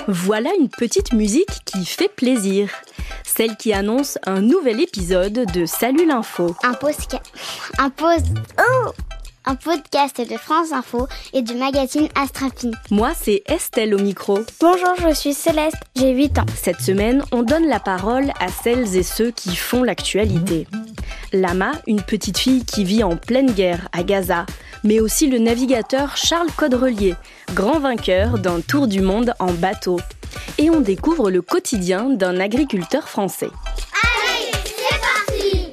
Voilà une petite musique qui fait plaisir. Celle qui annonce un nouvel épisode de Salut l'info. Un podcast de France Info et du magazine Astrapi. Moi, c'est Estelle au micro. Bonjour, je suis Céleste, j'ai 8 ans. Cette semaine, on donne la parole à celles et ceux qui font l'actualité. Lama, une petite fille qui vit en pleine guerre à Gaza, mais aussi le navigateur Charles Caudrelier, grand vainqueur d'un tour du monde en bateau. Et on découvre le quotidien d'un agriculteur français. Allez, c'est parti!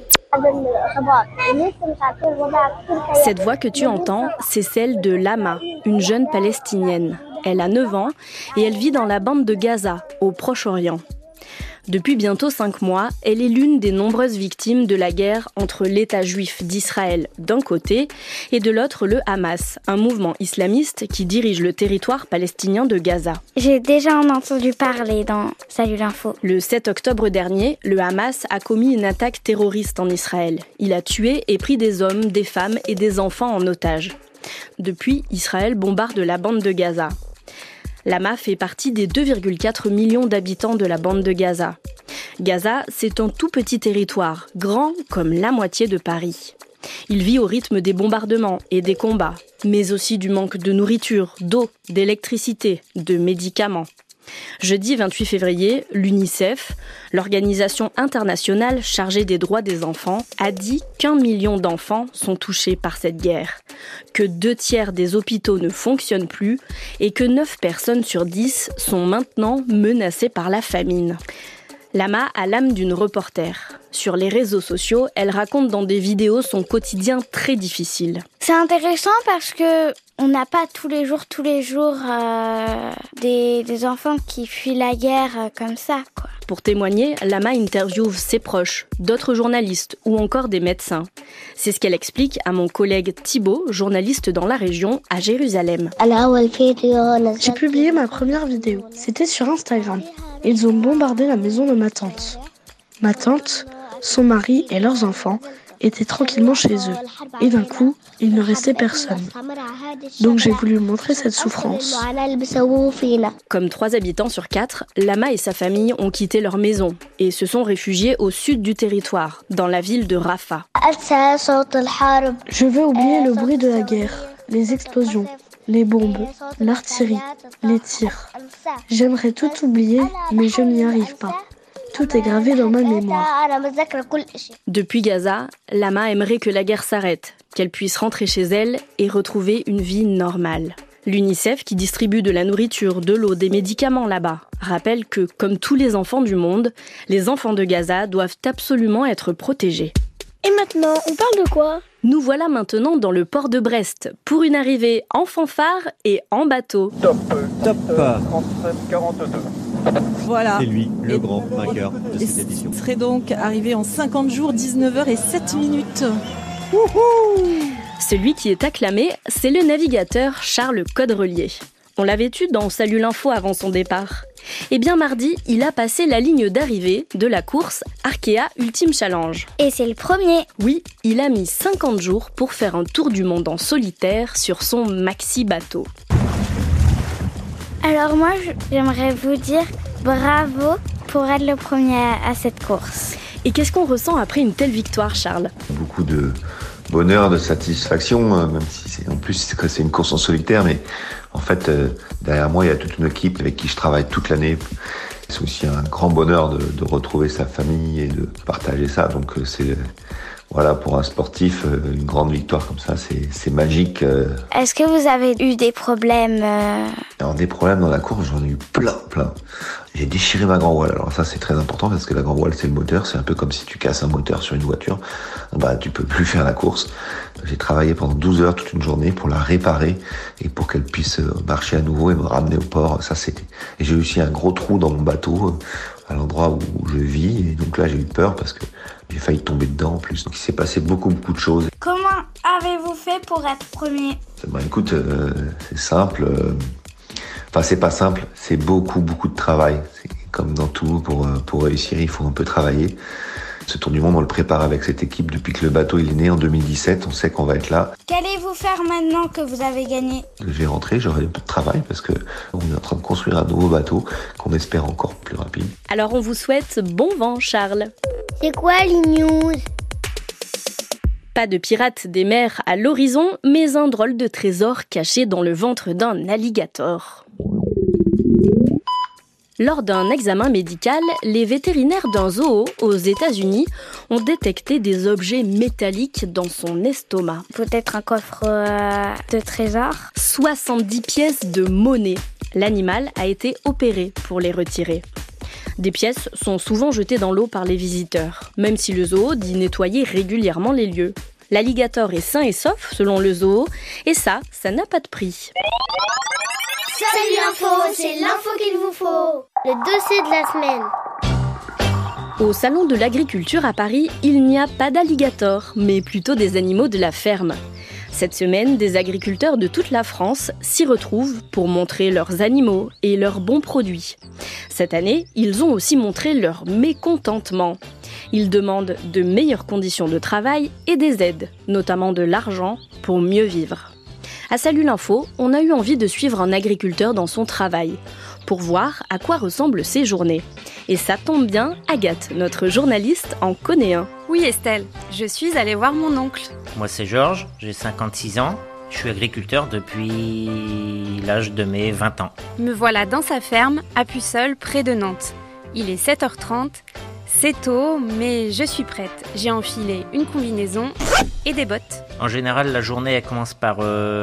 Cette voix que tu entends, c'est celle de Lama, une jeune palestinienne. Elle a 9 ans et elle vit dans la bande de Gaza, au Proche-Orient. Depuis bientôt 5 mois, elle est l'une des nombreuses victimes de la guerre entre l'État juif d'Israël d'un côté et de l'autre le Hamas, un mouvement islamiste qui dirige le territoire palestinien de Gaza. J'ai déjà entendu parler dans Salut l'info. Le 7 octobre dernier, le Hamas a commis une attaque terroriste en Israël. Il a tué et pris des hommes, des femmes et des enfants en otage. Depuis, Israël bombarde la bande de Gaza. Lama fait partie des 2,4 millions d'habitants de la bande de Gaza. Gaza, c'est un tout petit territoire, grand comme la moitié de Paris. Il vit au rythme des bombardements et des combats, mais aussi du manque de nourriture, d'eau, d'électricité, de médicaments. Jeudi 28 février, l'UNICEF, l'organisation internationale chargée des droits des enfants, a dit qu'1 million d'enfants sont touchés par cette guerre, que 2/3 des hôpitaux ne fonctionnent plus et que 9 personnes sur 10 sont maintenant menacées par la famine. Lama a l'âme d'une reporter. Sur les réseaux sociaux, elle raconte dans des vidéos son quotidien très difficile. C'est intéressant parce que on n'a pas tous les jours des enfants qui fuient la guerre comme ça, quoi. Pour témoigner, Lama interviewe ses proches, d'autres journalistes ou encore des médecins. C'est ce qu'elle explique à mon collègue Thibaut, journaliste dans la région, à Jérusalem. J'ai publié ma première vidéo. C'était sur Instagram. Ils ont bombardé la maison de ma tante. Ma tante, son mari et leurs enfants étaient tranquillement chez eux. Et d'un coup, il ne restait personne. Donc j'ai voulu montrer cette souffrance. Comme 3 habitants sur 4, Lama et sa famille ont quitté leur maison et se sont réfugiés au sud du territoire, dans la ville de Rafah. Je veux oublier le bruit de la guerre, les explosions, les bombes, l'artillerie, les tirs. J'aimerais tout oublier, mais je n'y arrive pas. Tout est gravé dans ma mémoire. Depuis Gaza, Lama aimerait que la guerre s'arrête, qu'elle puisse rentrer chez elle et retrouver une vie normale. L'UNICEF, qui distribue de la nourriture, de l'eau, des médicaments là-bas, rappelle que, comme tous les enfants du monde, les enfants de Gaza doivent absolument être protégés. Et maintenant, on parle de quoi ? Nous voilà maintenant dans le port de Brest pour une arrivée en fanfare et en bateau. Top 37-42. Voilà. C'est lui, le grand vainqueur de cette édition. Il serait donc arrivé en 50 jours, 19h07. Celui qui est acclamé, c'est le navigateur Charles Caudrelier. On l'avait eu dans Salut l'info avant son départ. Eh bien mardi, il a passé la ligne d'arrivée de la course Arkea Ultime Challenge. Et c'est le premier. Oui, il a mis 50 jours pour faire un tour du monde en solitaire sur son maxi-bateau. Alors moi, j'aimerais vous dire bravo pour être le premier à cette course. Et qu'est-ce qu'on ressent après une telle victoire, Charles ? Beaucoup de bonheur, de satisfaction, même si c'est une course en solitaire, mais en fait, derrière moi, il y a toute une équipe avec qui je travaille toute l'année. C'est aussi un grand bonheur de retrouver sa famille et de partager ça. Donc c'est pour un sportif, une grande victoire comme ça, c'est magique. Est-ce que vous avez eu des problèmes Alors des problèmes dans la course, j'en ai eu plein. J'ai déchiré ma grand voile. Alors ça, c'est très important parce que la grand voile, c'est le moteur. C'est un peu comme si tu casses un moteur sur une voiture. Tu peux plus faire la course. J'ai travaillé pendant 12 heures toute une journée pour la réparer et pour qu'elle puisse marcher à nouveau et me ramener au port. Et j'ai aussi un gros trou dans mon bateau à l'endroit où je vis. Et donc là, j'ai eu peur parce que j'ai failli tomber dedans en plus. Donc il s'est passé beaucoup de choses. Comment avez-vous fait pour être premier ? Écoute, c'est simple. C'est pas simple, c'est beaucoup de travail. C'est comme dans tout, pour réussir, il faut un peu travailler. Ce tour du monde, on le prépare avec cette équipe depuis que le bateau il est né en 2017. On sait qu'on va être là. Qu'allez-vous faire maintenant que vous avez gagné ? Je vais rentrer, j'aurai un peu de travail parce que on est en train de construire un nouveau bateau qu'on espère encore plus rapide. Alors on vous souhaite bon vent, Charles. C'est quoi les news ? Pas de pirates des mers à l'horizon, mais un drôle de trésor caché dans le ventre d'un alligator. Lors d'un examen médical, les vétérinaires d'un zoo aux États-Unis ont détecté des objets métalliques dans son estomac. Peut-être un coffre de trésor ? 70 pièces de monnaie. L'animal a été opéré pour les retirer. Des pièces sont souvent jetées dans l'eau par les visiteurs, même si le zoo dit nettoyer régulièrement les lieux. L'alligator est sain et sauf selon le zoo, et ça n'a pas de prix. Salut l'info, c'est l'info qu'il vous faut. Le dossier de la semaine. Au salon de l'agriculture à Paris, il n'y a pas d'alligator, mais plutôt des animaux de la ferme. Cette semaine, des agriculteurs de toute la France s'y retrouvent pour montrer leurs animaux et leurs bons produits. Cette année, ils ont aussi montré leur mécontentement. Ils demandent de meilleures conditions de travail et des aides, notamment de l'argent, pour mieux vivre. À Salut l'info, on a eu envie de suivre un agriculteur dans son travail, pour voir à quoi ressemblent ses journées. Et ça tombe bien, Agathe, notre journaliste, en connaît un. Oui Estelle, je suis allée voir mon oncle. Moi c'est Georges, j'ai 56 ans, je suis agriculteur depuis l'âge de mes 20 ans. Me voilà dans sa ferme, à Puceul, près de Nantes. Il est 7h30, c'est tôt, mais je suis prête. J'ai enfilé une combinaison et des bottes. En général, la journée elle commence par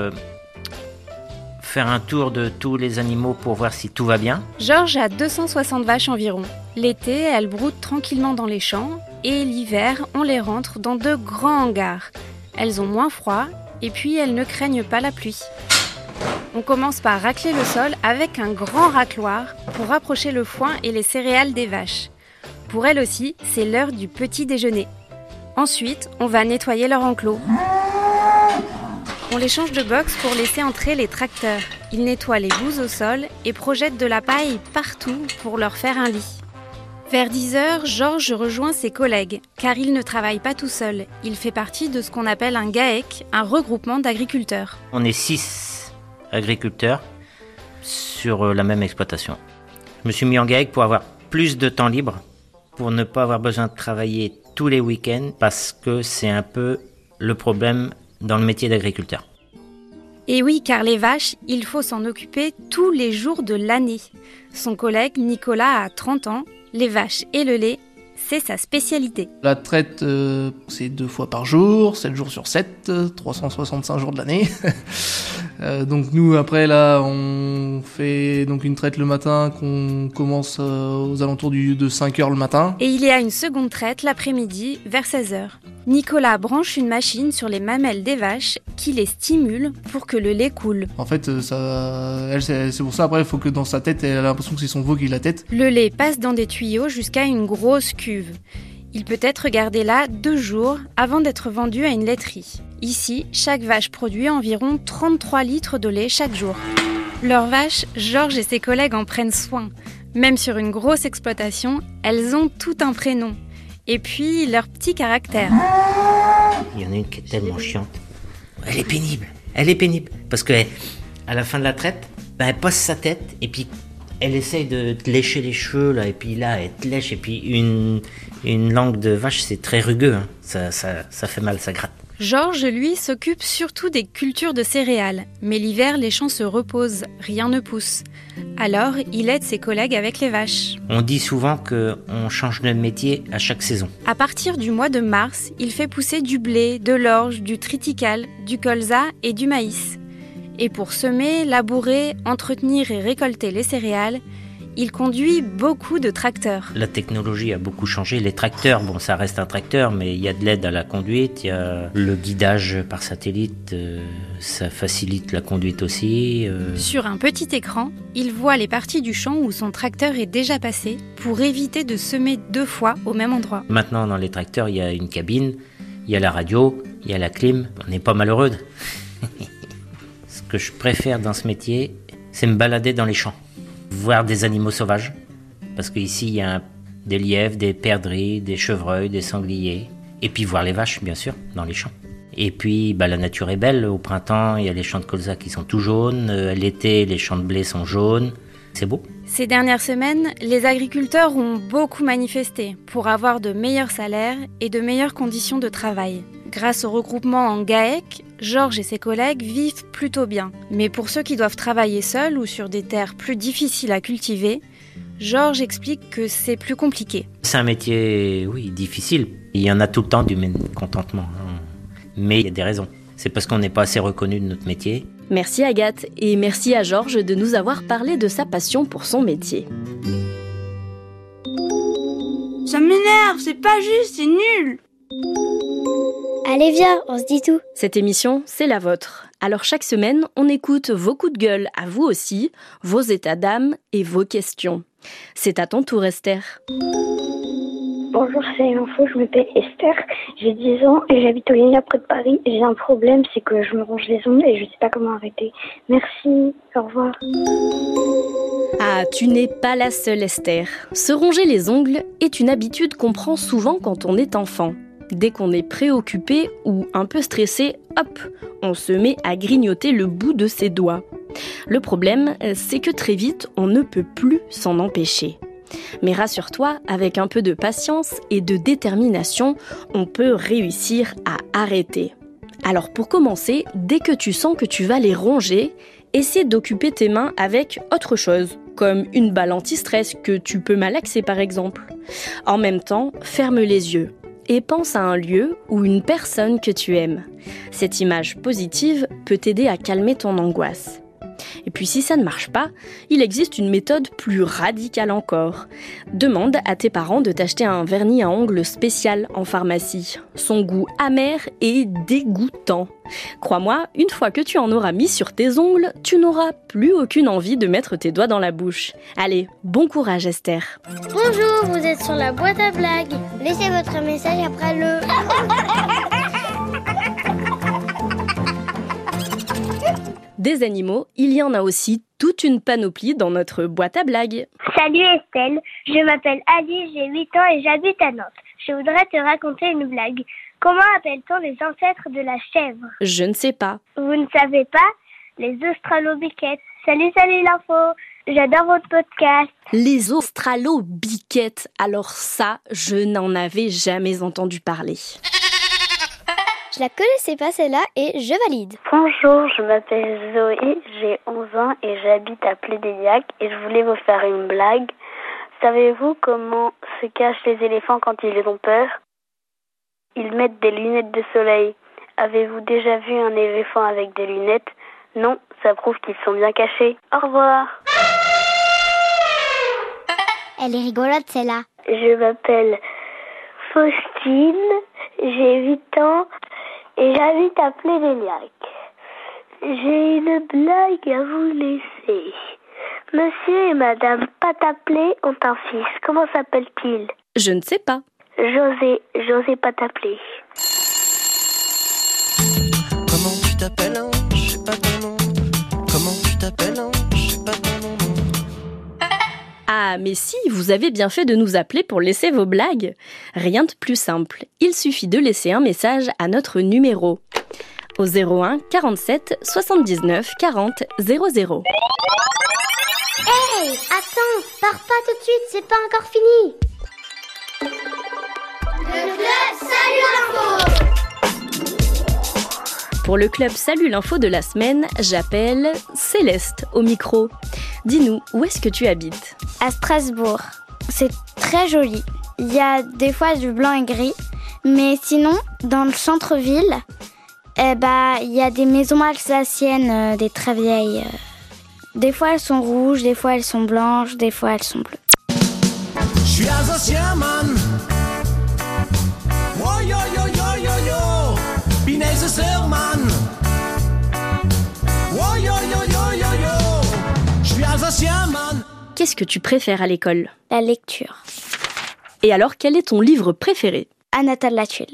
faire un tour de tous les animaux pour voir si tout va bien. Georges a 260 vaches environ. L'été, elles broutent tranquillement dans les champs et l'hiver, on les rentre dans de grands hangars. Elles ont moins froid et puis elles ne craignent pas la pluie. On commence par racler le sol avec un grand racloir pour rapprocher le foin et les céréales des vaches. Pour elles aussi, c'est l'heure du petit déjeuner. Ensuite, on va nettoyer leur enclos. On les change de box pour laisser entrer les tracteurs. Ils nettoient les boues au sol et projettent de la paille partout pour leur faire un lit. Vers 10h, Georges rejoint ses collègues, car il ne travaille pas tout seul. Il fait partie de ce qu'on appelle un GAEC, un regroupement d'agriculteurs. On est 6 agriculteurs sur la même exploitation. Je me suis mis en GAEC pour avoir plus de temps libre, pour ne pas avoir besoin de travailler tous les week-ends, parce que c'est un peu le problème dans le métier d'agriculteur. Et oui, car les vaches, il faut s'en occuper tous les jours de l'année. Son collègue Nicolas a 30 ans. Les vaches et le lait, c'est sa spécialité. La traite, c'est 2 fois par jour, 7 jours sur 7, 365 jours de l'année. Donc nous, après, là, on fait donc une traite le matin qu'on commence aux alentours de 5h le matin. Et il y a une seconde traite l'après-midi, vers 16h. Nicolas branche une machine sur les mamelles des vaches qui les stimule pour que le lait coule. En fait, c'est pour ça, après, il faut que dans sa tête, elle a l'impression que c'est son veau qui la tête. Le lait passe dans des tuyaux jusqu'à une grosse cuve. Il peut être gardé là 2 jours avant d'être vendu à une laiterie. Ici, chaque vache produit environ 33 litres de lait chaque jour. Leurs vaches, Georges et ses collègues en prennent soin. Même sur une grosse exploitation, elles ont tout un prénom. Et puis, leur petit caractère. Il y en a une qui est tellement chiante. Elle est pénible. Parce que à la fin de la traite, elle pose sa tête et puis elle essaye de te lécher les cheveux, là, et puis là, elle te lèche. Et puis une langue de vache, c'est très rugueux. Hein. Ça fait mal, ça gratte. Georges, lui, s'occupe surtout des cultures de céréales. Mais l'hiver, les champs se reposent, rien ne pousse. Alors, il aide ses collègues avec les vaches. On dit souvent qu'on change de métier à chaque saison. À partir du mois de mars, il fait pousser du blé, de l'orge, du triticale, du colza et du maïs. Et pour semer, labourer, entretenir et récolter les céréales, il conduit beaucoup de tracteurs. La technologie a beaucoup changé. Les tracteurs, bon, ça reste un tracteur, mais il y a de l'aide à la conduite. Il y a le guidage par satellite, ça facilite la conduite aussi. Sur un petit écran, il voit les parties du champ où son tracteur est déjà passé pour éviter de semer 2 fois au même endroit. Maintenant, dans les tracteurs, il y a une cabine, il y a la radio, il y a la clim. On n'est pas malheureux. Ce que je préfère dans ce métier, c'est me balader dans les champs. Voir des animaux sauvages, parce qu'ici il y a Des lièvres, des perdrix, des chevreuils, des sangliers. Et puis voir les vaches, bien sûr, dans les champs. Et puis la nature est belle. Au printemps, il y a les champs de colza qui sont tout jaunes. L'été, les champs de blé sont jaunes. C'est beau. Ces dernières semaines, les agriculteurs ont beaucoup manifesté pour avoir de meilleurs salaires et de meilleures conditions de travail. Grâce au regroupement en GAEC, Georges et ses collègues vivent plutôt bien. Mais pour ceux qui doivent travailler seuls ou sur des terres plus difficiles à cultiver, Georges explique que c'est plus compliqué. C'est un métier, oui, difficile. Il y en a tout le temps du mécontentement. Mais il y a des raisons. C'est parce qu'on n'est pas assez reconnu de notre métier. Merci Agathe et merci à Georges de nous avoir parlé de sa passion pour son métier. Ça m'énerve, c'est pas juste, c'est nul. Allez viens, on se dit tout. Cette émission, c'est la vôtre. Alors chaque semaine, on écoute vos coups de gueule à vous aussi, vos états d'âme et vos questions. C'est à ton tour Esther. Bonjour, c'est l'info, je m'appelle Esther, j'ai 10 ans et j'habite au Ligna près de Paris. J'ai un problème, c'est que je me ronge les ongles et je sais pas comment arrêter. Merci, au revoir. Ah, tu n'es pas la seule Esther. Se ronger les ongles est une habitude qu'on prend souvent quand on est enfant. Dès qu'on est préoccupé ou un peu stressé, hop, on se met à grignoter le bout de ses doigts. Le problème, c'est que très vite, on ne peut plus s'en empêcher. Mais rassure-toi, avec un peu de patience et de détermination, on peut réussir à arrêter. Alors pour commencer, dès que tu sens que tu vas les ronger, essaie d'occuper tes mains avec autre chose, comme une balle anti-stress que tu peux malaxer par exemple. En même temps, ferme les yeux et pense à un lieu ou une personne que tu aimes. Cette image positive peut t'aider à calmer ton angoisse. Et puis si ça ne marche pas, il existe une méthode plus radicale encore. Demande à tes parents de t'acheter un vernis à ongles spécial en pharmacie. Son goût amer et dégoûtant. Crois-moi, une fois que tu en auras mis sur tes ongles, tu n'auras plus aucune envie de mettre tes doigts dans la bouche. Allez, bon courage Esther. Bonjour, vous êtes sur la boîte à blagues. Laissez votre message après le... Des animaux, il y en a aussi toute une panoplie dans notre boîte à blagues. Salut Estelle, je m'appelle Alice, j'ai 8 ans et j'habite à Nantes. Je voudrais te raconter une blague. Comment appelle-t-on les ancêtres de la chèvre ? Je ne sais pas. Vous ne savez pas ? Les australobiquettes. Salut l'info, j'adore votre podcast. Les australobiquettes, alors ça, je n'en avais jamais entendu parler. Je la connaissais pas celle-là et je valide. Bonjour, je m'appelle Zoé, j'ai 11 ans et j'habite à Plédéliac et je voulais vous faire une blague. Savez-vous comment se cachent les éléphants quand ils ont peur ? Ils mettent des lunettes de soleil. Avez-vous déjà vu un éléphant avec des lunettes ? Non, ça prouve qu'ils sont bien cachés. Au revoir. Elle est rigolote celle-là. Je m'appelle Faustine, j'ai 8 ans et j'habite à Plédéliac. J'ai une blague à vous laisser. Monsieur et Madame Pataplé ont un fils. Comment s'appelle-t-il ? Je ne sais pas. José Pataplé. Comment tu t'appelles, hein ? Je sais pas ton nom. Comment tu t'appelles, hein ? Je sais pas ton nom. Ah, mais si, vous avez bien fait de nous appeler pour laisser vos blagues. Rien de plus simple. Il suffit de laisser un message à notre numéro. Au 01 47 79 40 00. Hey, attends, pars pas tout de suite, c'est pas encore fini. Le club Salut l'info. Pour le club Salut l'info de la semaine, j'appelle Céleste au micro. Dis-nous, où est-ce que tu habites ? À Strasbourg. C'est très joli. Il y a des fois du blanc et gris. Mais sinon, dans le centre-ville, il y a des maisons alsaciennes, des très vieilles. Des fois elles sont rouges, des fois elles sont blanches, des fois elles sont bleues. Je suis alsacien, man. Oh yo yo yo yo yo. Pinaise sœur, man. Oh yo yo yo yo yo. Je suis alsacien, man. Qu'est-ce que tu préfères à l'école ? La lecture. Et alors, quel est ton livre préféré ? Anatole la Tuile.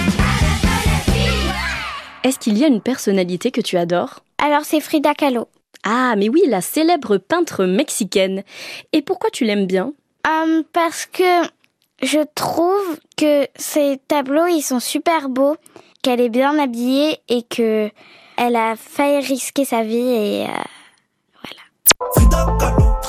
Est-ce qu'il y a une personnalité que tu adores ? Alors c'est Frida Kahlo. Ah, mais oui, la célèbre peintre mexicaine. Et pourquoi tu l'aimes bien ? Parce que je trouve que ces tableaux, ils sont super beaux, qu'elle est bien habillée et que elle a failli risquer sa vie et voilà.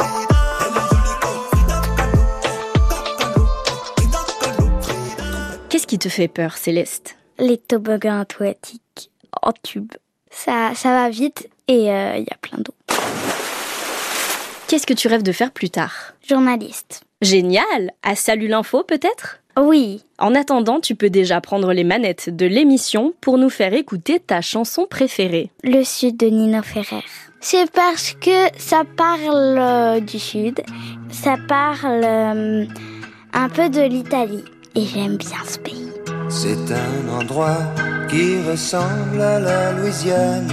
Qu'est-ce qui te fait peur, Céleste ? Les toboggans aquatiques en tube. Ça va vite et il y a plein d'eau. Qu'est-ce que tu rêves de faire plus tard ? Journaliste. Génial ! À Salut l'info peut-être ? Oui. En attendant, tu peux déjà prendre les manettes de l'émission pour nous faire écouter ta chanson préférée. Le Sud de Nino Ferrer. C'est parce que ça parle du Sud, ça parle un peu de l'Italie et j'aime bien ce pays. C'est un endroit qui ressemble à la Louisiane,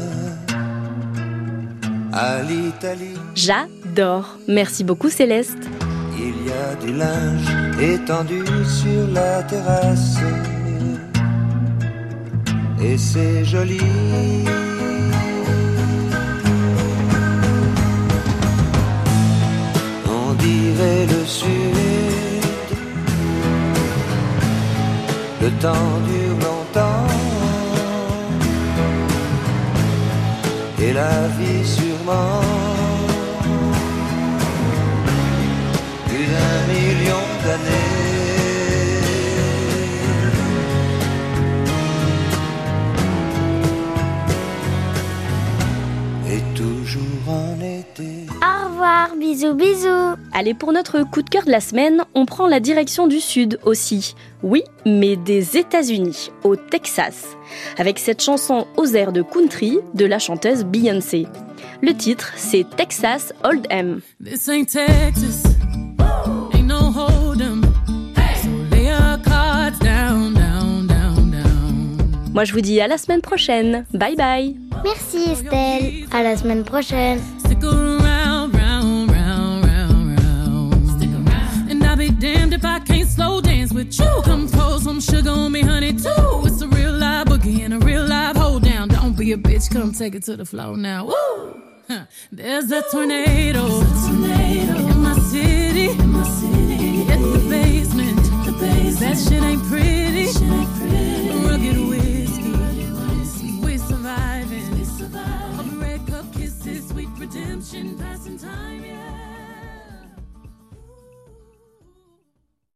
à l'Italie. J'adore. Merci beaucoup Céleste. Il y a du linge étendu sur la terrasse et c'est joli. On dirait le Sud, le temps dure longtemps et la vie sûrement. Plus d'1 million d'années. Et toujours en été. Au revoir, bisous, bisous. Allez, pour notre coup de cœur de la semaine, on prend la direction du Sud aussi. Oui, mais des États-Unis, au Texas, avec cette chanson aux airs de country de la chanteuse Beyoncé. Le titre, c'est Texas Hold'em. This ain't Texas. Ain't no hold'em. So lay your cards down, down, down, down. Moi, je vous dis à la semaine prochaine. Bye bye. Merci Estelle. À la semaine prochaine. Stick around, round, round, round, round. Stick around. And I'll be damned if I can't slow dance with you. Come pour some sugar on me, honey, too. It's a real live boogie and a real live hold down. Don't be a bitch, come take it to the floor now. Woo! Huh. There's a tornado in my city. Hit the basement. That shit ain't pretty. Rugged